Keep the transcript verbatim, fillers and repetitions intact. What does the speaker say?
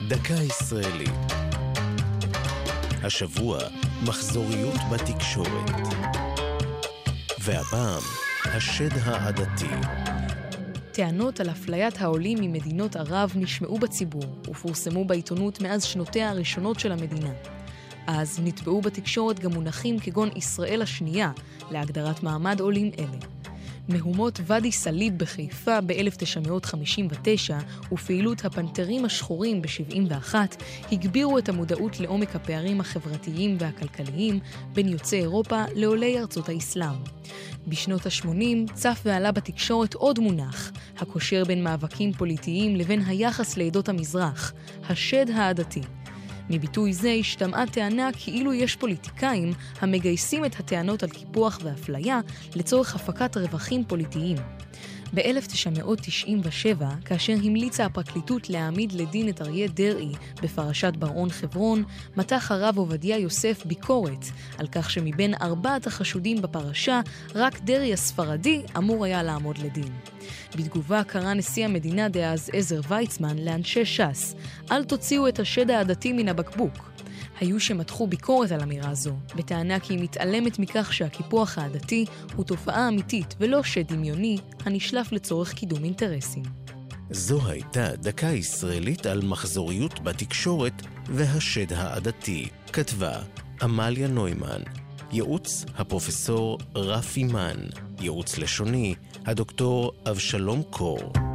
דקה ישראלית. השבוע מחזוריות בתקשורת. והפעם השד העדתי. טענות על אפליית העולים ממדינות ערב נשמעו בציבור ופורסמו בעיתונות מאז שנותיה הראשונות של המדינה. אז נטבעו בתקשורת גם מונחים כגון ישראל השנייה להגדרת מעמד עולים אלה. מהומות ואדי סאליב בחיפה ב-אלף תשע מאות חמישים ותשע ופעילות הפנתרים השחורים ב-שבעים ואחת הגבירו את המודעות לעומק הפערים החברתיים והכלכליים בין יוצאי אירופה לעולי ארצות האסלאם. בשנות ה-שמונים צף ועלה בתקשורת עוד מונח, הקושר בין מאבקים פוליטיים לבין היחס לעדות המזרח, השד העדתי. מביטוי זה השתמעה טענה כאילו יש פוליטיקאים המגייסים את הטענות על קיפוח ואפליה לצורך הפקת רווחים פוליטיים. ב-אלף תשע מאות תשעים ושבע, כאשר המליצה הפרקליטות להעמיד לדין את אריה דרעי בפרשת בר-און חברון, מתח הרב עובדיה יוסף ביקורת על כך שמבין ארבעת החשודים בפרשה, רק דרעי הספרדי אמור היה לעמוד לדין. בתגובה קרא נשיא המדינה דאז עזר ויצמן לאנשי ש"ס, אל תוציאו את השד העדתי מן הבקבוק. היו שמתחו ביקורת על אמירה זו, בטענה כי היא מתעלמת מכך שהקיפוח העדתי הוא תופעה אמיתית ולא שד דמיוני הנשלף לצורך קידום אינטרסים. זו הייתה דקה ישראלית על מחזוריות בתקשורת והשד העדתי. כתבה אמליה נוימן. ייעוץ הפרופסור רפי מן. ייעוץ לשוני הדוקטור אבשלום קור.